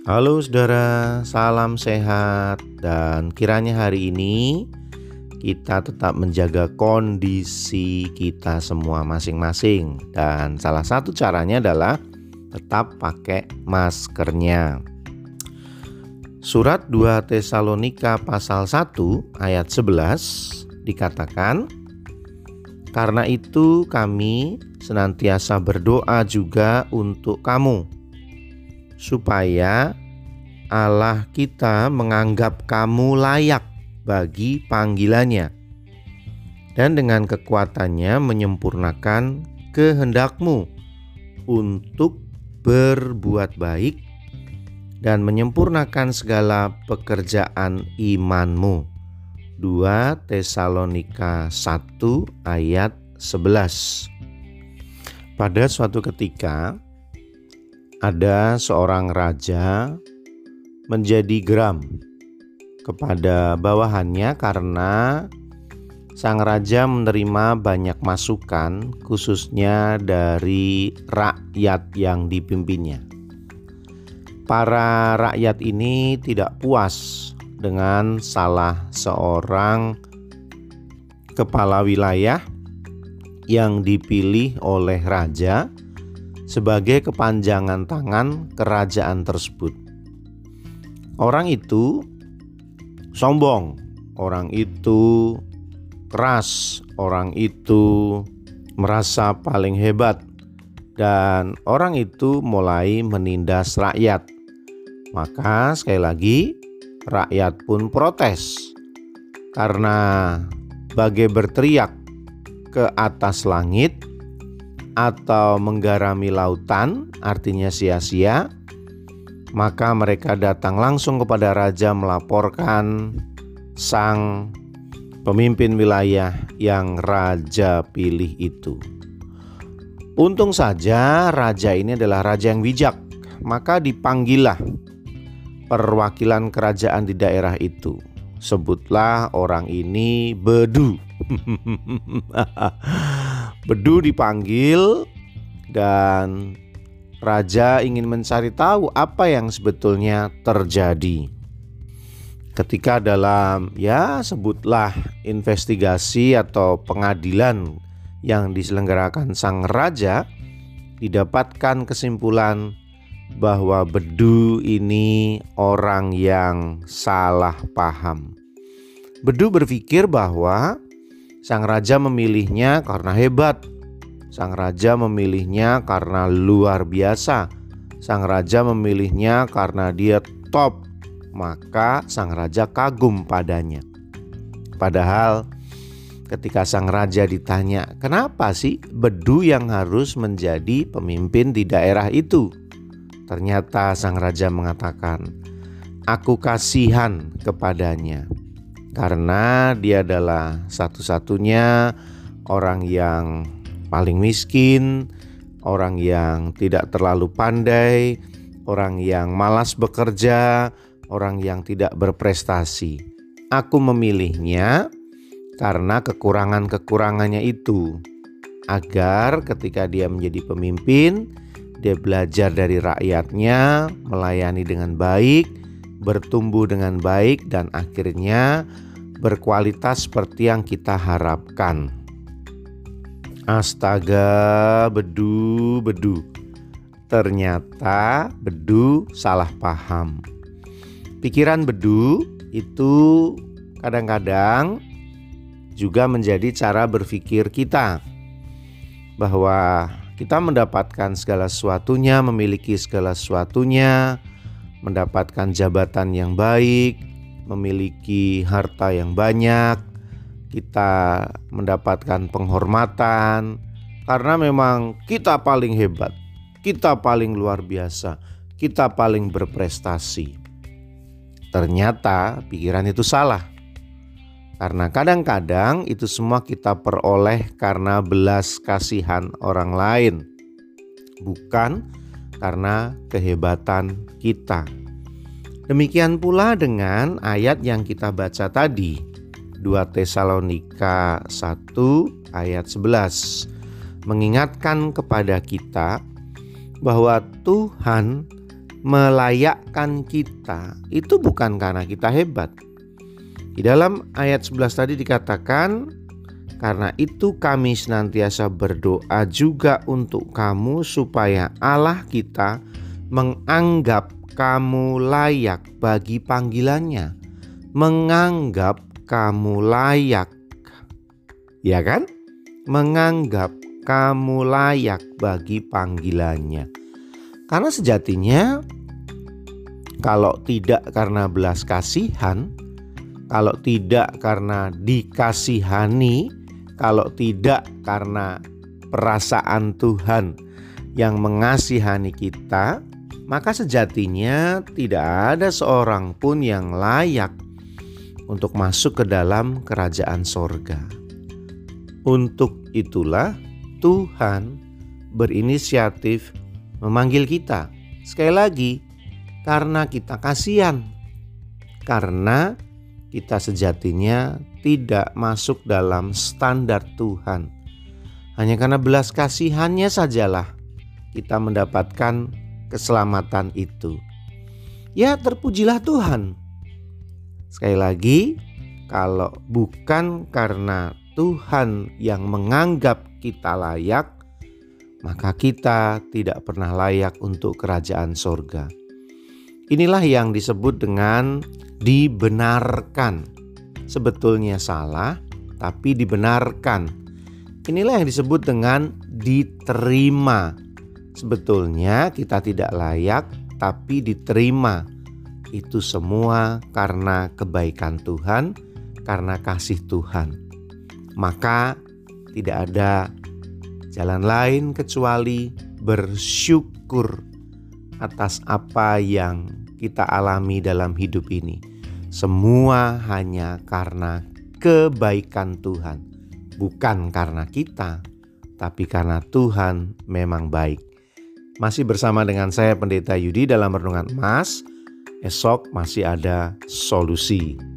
Halo saudara, salam sehat dan kiranya hari ini kita tetap menjaga kondisi kita semua masing-masing. Dan salah satu caranya adalah tetap pakai maskernya. Surat 2 Tesalonika pasal 1 ayat 11 dikatakan, "Karena itu kami senantiasa berdoa juga untuk kamu, supaya Allah kita menganggap kamu layak bagi panggilannya dan dengan kekuatannya menyempurnakan kehendakmu untuk berbuat baik dan menyempurnakan segala pekerjaan imanmu." 2 Tesalonika 1 ayat 11. Pada suatu ketika ada seorang raja menjadi geram kepada bawahannya karena sang raja menerima banyak masukan, khususnya dari rakyat yang dipimpinnya. Para rakyat ini tidak puas dengan salah seorang kepala wilayah yang dipilih oleh raja sebagai kepanjangan tangan kerajaan tersebut. Orang itu sombong, orang itu keras, orang itu merasa paling hebat, dan orang itu mulai menindas rakyat. Maka sekali lagi rakyat pun protes karena bagai berteriak ke atas langit atau menggarami lautan, artinya sia-sia. Maka mereka datang langsung kepada raja melaporkan sang pemimpin wilayah yang raja pilih itu. Untung saja raja ini adalah raja yang bijak, maka dipanggillah perwakilan kerajaan di daerah itu. Sebutlah orang ini Bedu. Bedu dipanggil dan raja ingin mencari tahu apa yang sebetulnya terjadi. Ketika dalam sebutlah investigasi atau pengadilan yang diselenggarakan sang raja, didapatkan kesimpulan bahwa Bedu ini orang yang salah paham. Bedu berpikir bahwa sang raja memilihnya karena hebat, sang raja memilihnya karena luar biasa, sang raja memilihnya karena dia top, maka sang raja kagum padanya. Padahal ketika sang raja ditanya, kenapa sih Bedu yang harus menjadi pemimpin di daerah itu? Ternyata sang raja mengatakan, aku kasihan kepadanya karena dia adalah satu-satunya orang yang paling miskin, orang yang tidak terlalu pandai, orang yang malas bekerja, orang yang tidak berprestasi. Aku memilihnya karena kekurangan-kekurangannya itu, agar ketika dia menjadi pemimpin, dia belajar dari rakyatnya, melayani dengan baik, bertumbuh dengan baik, dan akhirnya berkualitas seperti yang kita harapkan. Astaga, Bedu. Ternyata Bedu salah paham. Pikiran Bedu itu kadang-kadang juga menjadi cara berpikir kita, bahwa kita mendapatkan segala sesuatunya, memiliki segala sesuatunya, mendapatkan jabatan yang baik, memiliki harta yang banyak, kita mendapatkan penghormatan karena memang kita paling hebat, kita paling luar biasa, kita paling berprestasi. Ternyata pikiran itu salah. Karena kadang-kadang itu semua kita peroleh karena belas kasihan orang lain, bukan karena kehebatan kita. Demikian pula dengan ayat yang kita baca tadi, 2 Tesalonika 1 ayat 11, mengingatkan kepada kita bahwa Tuhan melayakkan kita itu bukan karena kita hebat. Di dalam ayat 11 tadi dikatakan, karena itu kami senantiasa berdoa juga untuk kamu supaya Allah kita menganggap kamu layak bagi panggilannya. Menganggap kamu layak. Ya kan? Menganggap kamu layak bagi panggilannya. Karena sejatinya kalau tidak karena belas kasihan, kalau tidak karena dikasihani, kalau tidak karena perasaan Tuhan yang mengasihani kita, maka sejatinya tidak ada seorang pun yang layak untuk masuk ke dalam kerajaan sorga. Untuk itulah Tuhan berinisiatif memanggil kita. Sekali lagi, karena kita kasihan. Karena kita sejatinya tidak masuk dalam standar Tuhan. Hanya karena belas kasihannya sajalah kita mendapatkan keselamatan itu. Ya, terpujilah Tuhan. Sekali lagi, kalau bukan karena Tuhan yang menganggap kita layak, maka kita tidak pernah layak untuk kerajaan sorga. Inilah yang disebut dengan dibenarkan. Sebetulnya salah, tapi dibenarkan. Inilah yang disebut dengan diterima. Sebetulnya kita tidak layak, tapi diterima. Itu semua karena kebaikan Tuhan, karena kasih Tuhan. Maka tidak ada jalan lain kecuali bersyukur atas apa yang kita alami dalam hidup ini. Semua hanya karena kebaikan Tuhan. Bukan karena kita, tapi karena Tuhan memang baik. Masih bersama dengan saya Pendeta Yudi dalam Renungan Emas. Esok masih ada solusi.